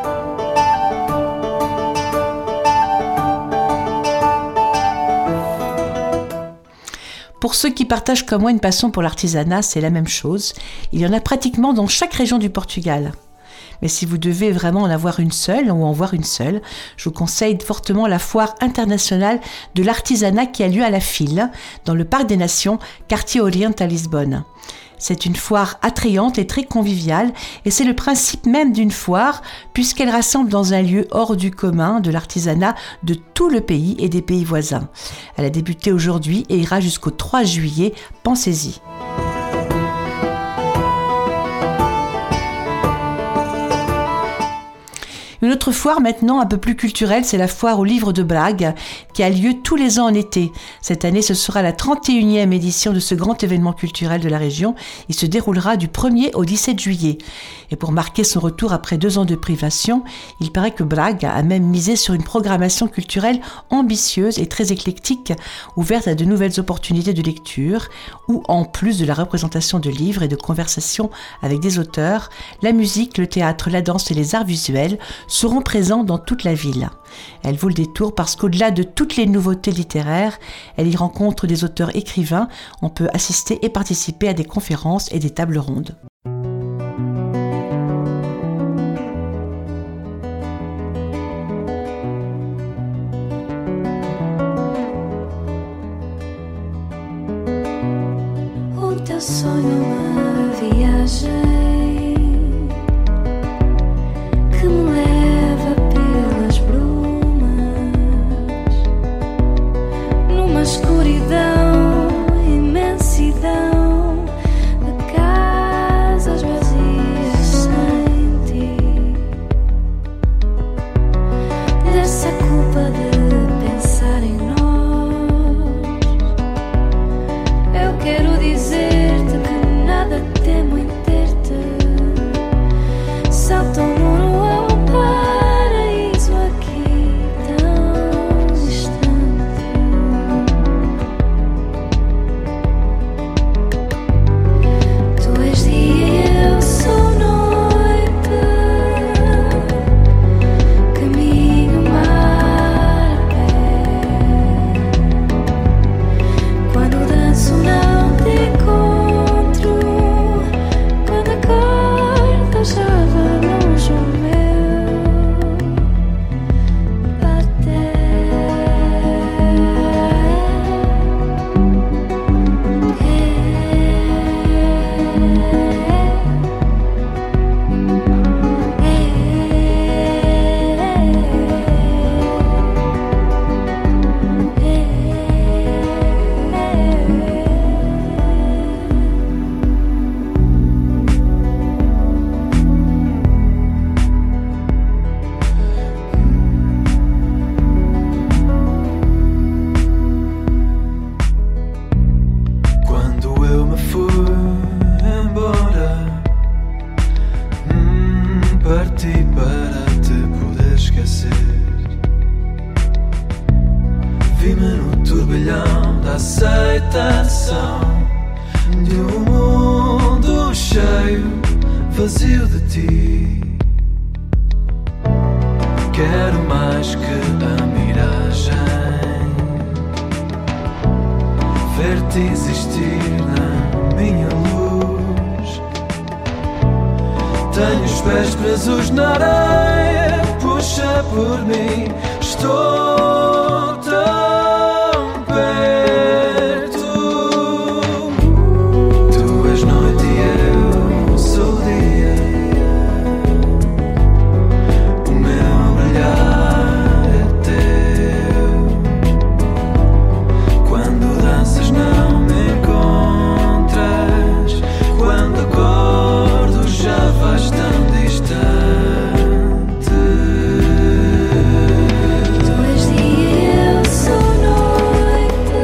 Pour ceux qui partagent comme moi une passion pour l'artisanat, c'est la même chose. Il y en a pratiquement dans chaque région du Portugal. Mais si vous devez vraiment en avoir une seule ou en voir une seule, je vous conseille fortement la foire internationale de l'artisanat qui a lieu à la File, dans le Parc des Nations, quartier Oriente à Lisbonne. C'est une foire attrayante et très conviviale et c'est le principe même d'une foire puisqu'elle rassemble dans un lieu hors du commun de l'artisanat de tout le pays et des pays voisins. Elle a débuté aujourd'hui et ira jusqu'au trois juillet, pensez-y. Une autre foire maintenant un peu plus culturelle, c'est la foire au livre de Brague qui a lieu tous les ans en été. Cette année, ce sera la trente et unième édition de ce grand événement culturel de la région. Il se déroulera du premier au dix-sept juillet. Et pour marquer son retour après deux ans de privation, il paraît que Brague a même misé sur une programmation culturelle ambitieuse et très éclectique, ouverte à de nouvelles opportunités de lecture, où en plus de la représentation de livres et de conversations avec des auteurs, la musique, le théâtre, la danse et les arts visuels seront présents dans toute la ville. Elle vaut le détour parce qu'au-delà de toutes les nouveautés littéraires, elle y rencontre des auteurs écrivains. On peut assister et participer à des conférences et des tables rondes. O teu sonho, uma viagem que me leva pelas brumas, numa escuridão, imensidão de casas vazias sem ti. Dessa culpa de pensar em nós, eu quero dizer-te que nada temo em ter-te. Salta o muro ao paraíso aqui tão distante. Tu és dia e eu sou noite, caminho mar a pé. Quando danço não te encontro, quando acordo já vai longe o meu bater. Quando eu me fui embora, hum, parti para te poder esquecer. Vi-me no turbilhão da aceitação de um mundo cheio, vazio de ti. Quero mais que a miragem, ver-te existir na minha luz. Tenho os pés presos na areia, puxa por mim, estou tão perto. Tu és noite e eu sou dia, o meu brilhar é teu. Quando danças não me encontras, quando acordo já vais tão distante. Tu és dia e eu sou noite,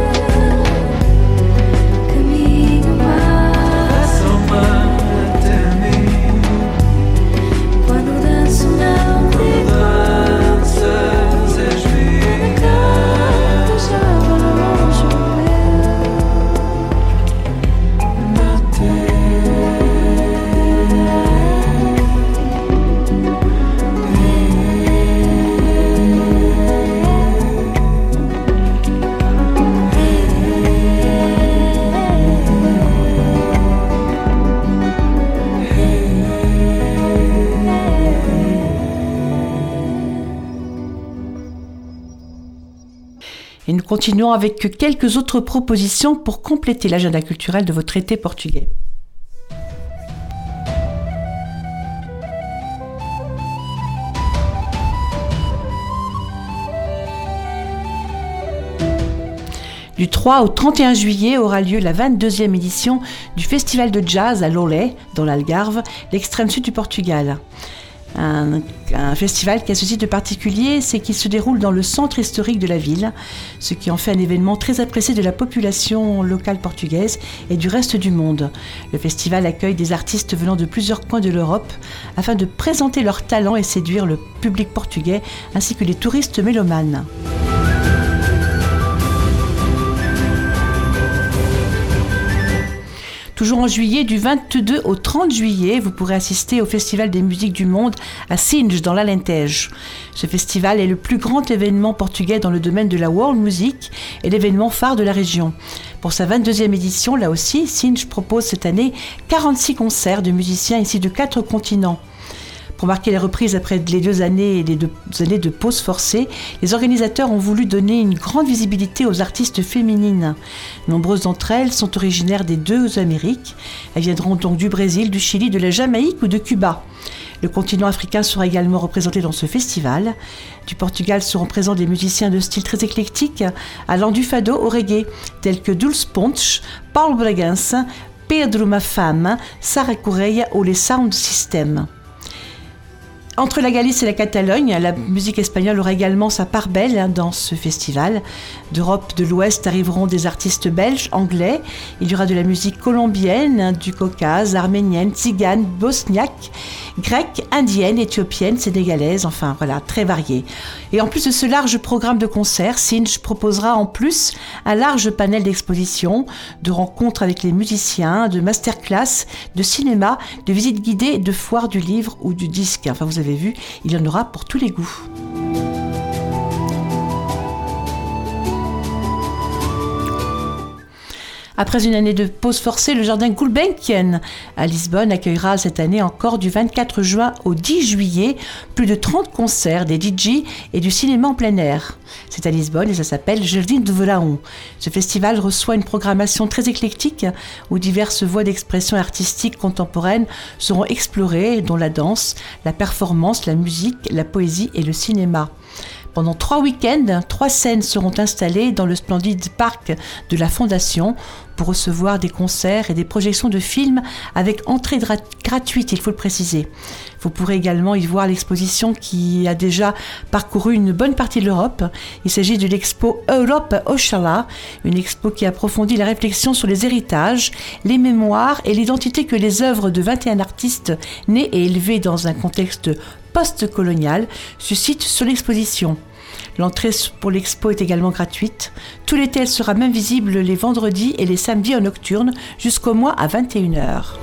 caminho mar. Passa o mar até mim, Quando danço não te danças és minha. encontro, já vai longe o Et nous continuons avec quelques autres propositions pour compléter l'agenda culturel de votre été portugais. Du trois au trente et un juillet aura lieu la vingt-deuxième édition du Festival de Jazz à Lolé, dans l'Algarve, l'extrême sud du Portugal. Un, un festival qui a ceci de particulier, c'est qu'il se déroule dans le centre historique de la ville, ce qui en fait un événement très apprécié de la population locale portugaise et du reste du monde. Le festival accueille des artistes venant de plusieurs coins de l'Europe afin de présenter leurs talents et séduire le public portugais ainsi que les touristes mélomanes. Toujours en juillet, du vingt-deux au trente juillet, vous pourrez assister au Festival des musiques du monde à Sines, dans l'Alentejo. Ce festival est le plus grand événement portugais dans le domaine de la world music et l'événement phare de la région. Pour sa vingt-deuxième édition, là aussi, Sines propose cette année quarante-six concerts de musiciens issus de quatre continents. Pour marquer les reprises après les deux années, les deux années de pause forcée, les organisateurs ont voulu donner une grande visibilité aux artistes féminines. Nombreuses d'entre elles sont originaires des deux Amériques. Elles viendront donc du Brésil, du Chili, de la Jamaïque ou de Cuba. Le continent africain sera également représenté dans ce festival. Du Portugal seront présents des musiciens de style très éclectique, allant du fado au reggae, tels que Dulce Pontes, Paulo Bragança, Pedro Mafama, Sara Correia ou les Sound System. Entre la Galice et la Catalogne, la musique espagnole aura également sa part belle dans ce festival. D'Europe de l'Ouest arriveront des artistes belges, anglais. Il y aura de la musique colombienne, du Caucase, arménienne, tzigane, bosniaque, grecque, indienne, éthiopienne, sénégalaise, enfin voilà, très variée. Et en plus de ce large programme de concerts, Sines proposera en plus un large panel d'expositions, de rencontres avec les musiciens, de masterclass, de cinéma, de visites guidées, de foires du livre ou du disque. Enfin, vous avez vu, il y en aura pour tous les goûts. Après une année de pause forcée, le jardin Gulbenkian à Lisbonne accueillera cette année encore du vingt-quatre juin au dix juillet plus de trente concerts, des D J et du cinéma en plein air. C'est à Lisbonne et ça s'appelle Jardim de Verão. Ce festival reçoit une programmation très éclectique où diverses voies d'expression artistique contemporaine seront explorées, dont la danse, la performance, la musique, la poésie et le cinéma. Pendant trois week-ends, trois scènes seront installées dans le splendide parc de la Fondation pour recevoir des concerts et des projections de films avec entrée dra- gratuite, il faut le préciser. Vous pourrez également y voir l'exposition qui a déjà parcouru une bonne partie de l'Europe. Il s'agit de l'expo Europe Oxalá, une expo qui approfondit la réflexion sur les héritages, les mémoires et l'identité que les œuvres de vingt et un artistes nés et élevés dans un contexte post-colonial suscitent sur l'exposition. L'entrée pour l'expo est également gratuite. Tout l'été, elle sera même visible les vendredis et les samedis en nocturne jusqu'au mois à vingt et une heures.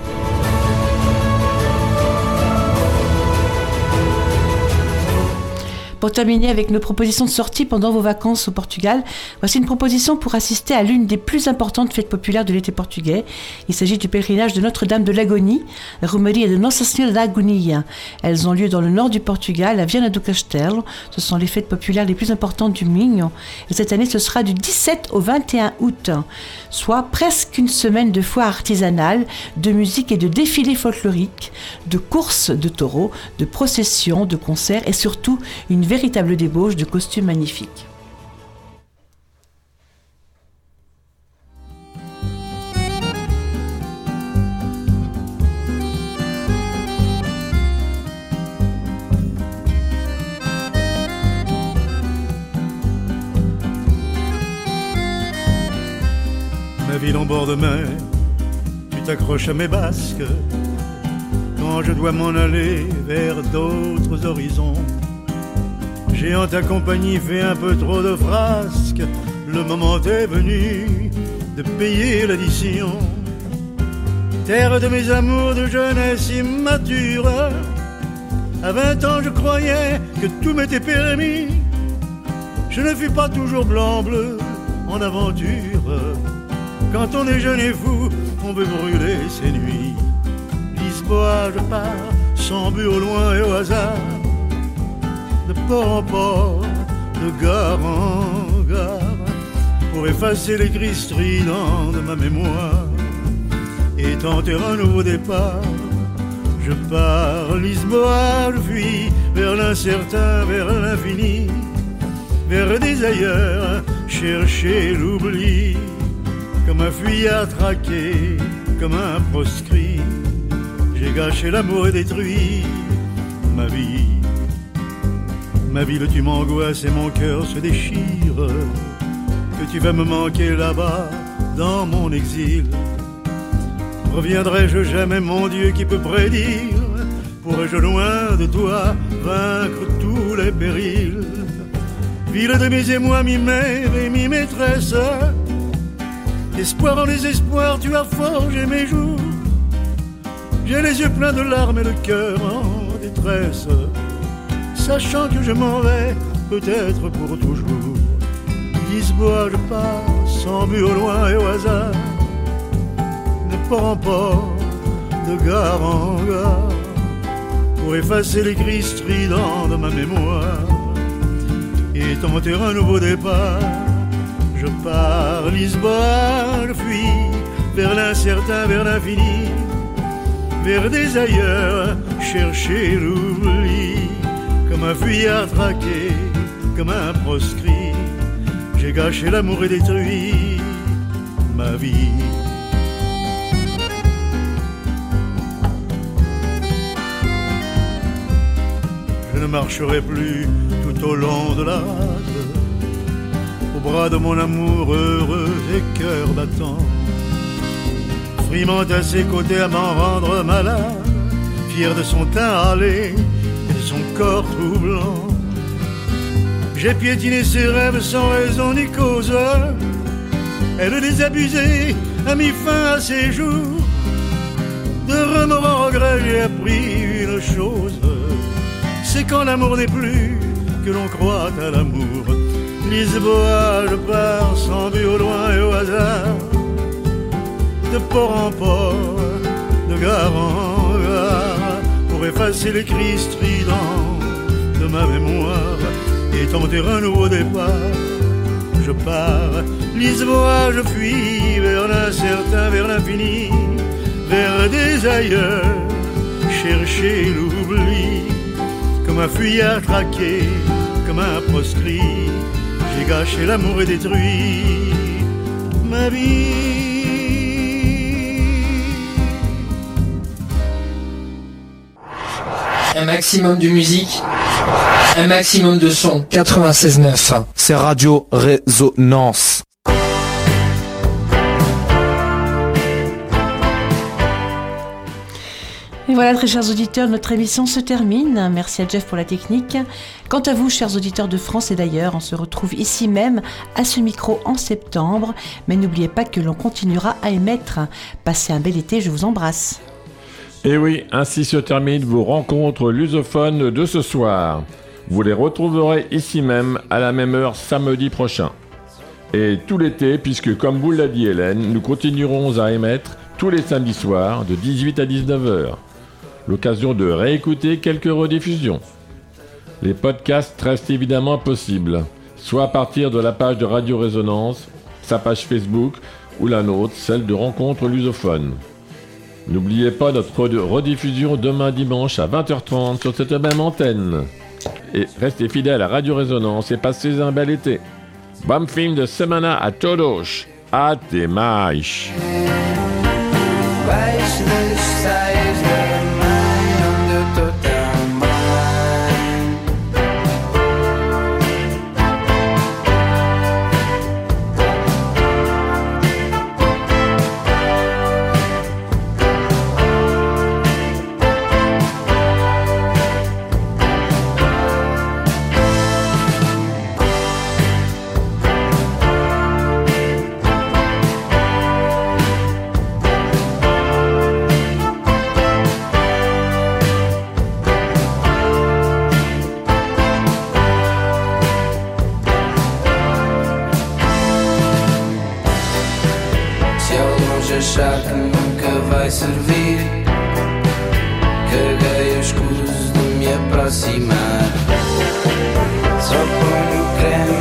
Pour terminer avec nos propositions de sortie pendant vos vacances au Portugal, voici une proposition pour assister à l'une des plus importantes fêtes populaires de l'été portugais. Il s'agit du pèlerinage de Notre-Dame de l'Agonie, la Romaria de Nossa Senhora da Agonia. Elles ont lieu dans le nord du Portugal, à Viana do Castelo. Ce sont les fêtes populaires les plus importantes du Minho. Et cette année, ce sera du dix-sept au vingt et un août, soit presque une semaine de foire artisanale, de musique et de défilés folkloriques, de courses de taureaux, de processions, de concerts et surtout une véritable débauche de costumes magnifiques. Ma ville en bord de mer, tu t'accroches à mes basques quand je dois m'en aller vers d'autres horizons. J'ai en ta compagnie fait un peu trop de frasques. Le moment est venu de payer l'addition. Terre de mes amours de jeunesse immature, à vingt ans je croyais que tout m'était permis. Je ne fus pas toujours blanc-bleu en aventure. Quand on est jeune et fou, on veut brûler ses nuits. Lisboa, je pars, sans but au loin et au hasard, de port en port, de gare en gare, pour effacer les cris stridents de ma mémoire et tenter un nouveau départ. Je pars, Lisboa, je fuis vers l'incertain, vers l'infini, vers des ailleurs, chercher l'oubli, comme un fuyard traqué, comme un proscrit. J'ai gâché l'amour et détruit ma vie. Ma ville, tu m'angoisses et mon cœur se déchire. Que tu vas me manquer là-bas, dans mon exil. Reviendrai-je jamais, mon Dieu, qui peut prédire? Pourrais-je loin de toi vaincre tous les périls? Ville de mes émois, mi-mère et mi-maîtresse, espoir en désespoir, tu as forgé mes jours. J'ai les yeux pleins de larmes et le cœur en détresse, sachant que je m'en vais peut-être pour toujours. Lisboa, je pars sans but au loin et au hasard, de port en port, de gare en gare, pour effacer les cris stridents de ma mémoire et tenter un nouveau départ. Je pars, Lisboa, je fuis vers l'incertain, vers l'infini, vers des ailleurs, chercher l'oubli. Comme un fuyard traqué, comme un proscrit, j'ai gâché l'amour et détruit ma vie. Je ne marcherai plus tout au long de la rade, au bras de mon amour heureux et cœur battant, frimant à ses côtés à m'en rendre malade, fier de son teint hâlé et de son corps troublant. J'ai piétiné ses rêves sans raison ni cause, elle désabusée a mis fin à ses jours. De remords en regret j'ai appris une chose, c'est quand l'amour n'est plus que l'on croit à l'amour. Lisboa, je pars sans but au loin et au hasard, de port en port, de gare en gare, pour effacer les cris stridents de ma mémoire et tenter un nouveau départ. Je pars, Lisboa, je fuis vers l'incertain, vers l'infini, vers des ailleurs, chercher l'oubli. Comme un fuyard traqué, comme un proscrit, j'ai gâché l'amour et détruit ma vie. Un maximum de musique, un maximum de son. quatre-vingt-seize neuf. C'est Radio Résonance. Et voilà, très chers auditeurs, notre émission se termine. Merci à Jeff pour la technique. Quant à vous, chers auditeurs de France et d'ailleurs, on se retrouve ici même, à ce micro, en septembre. Mais n'oubliez pas que l'on continuera à émettre. Passez un bel été, je vous embrasse. Et oui, ainsi se terminent vos rencontres lusophones de ce soir. Vous les retrouverez ici même, à la même heure, samedi prochain. Et tout l'été, puisque comme vous l'a dit Hélène, nous continuerons à émettre tous les samedis soirs, de dix-huit à dix-neuf heures. L'occasion de réécouter quelques rediffusions. Les podcasts restent évidemment possibles, soit à partir de la page de Radio Résonance, sa page Facebook, ou la nôtre, celle de Rencontres Lusophones. N'oubliez pas notre rediffusion demain dimanche à vingt heures trente sur cette même antenne. Et restez fidèles à Radio Résonance et passez un bel été. Bom fim de semana a todos. Até mais. Baixo das saias da mãe, onde eu tô também. Achar que nunca vai servir, caguei o escuso de me aproximar. Só ponho creme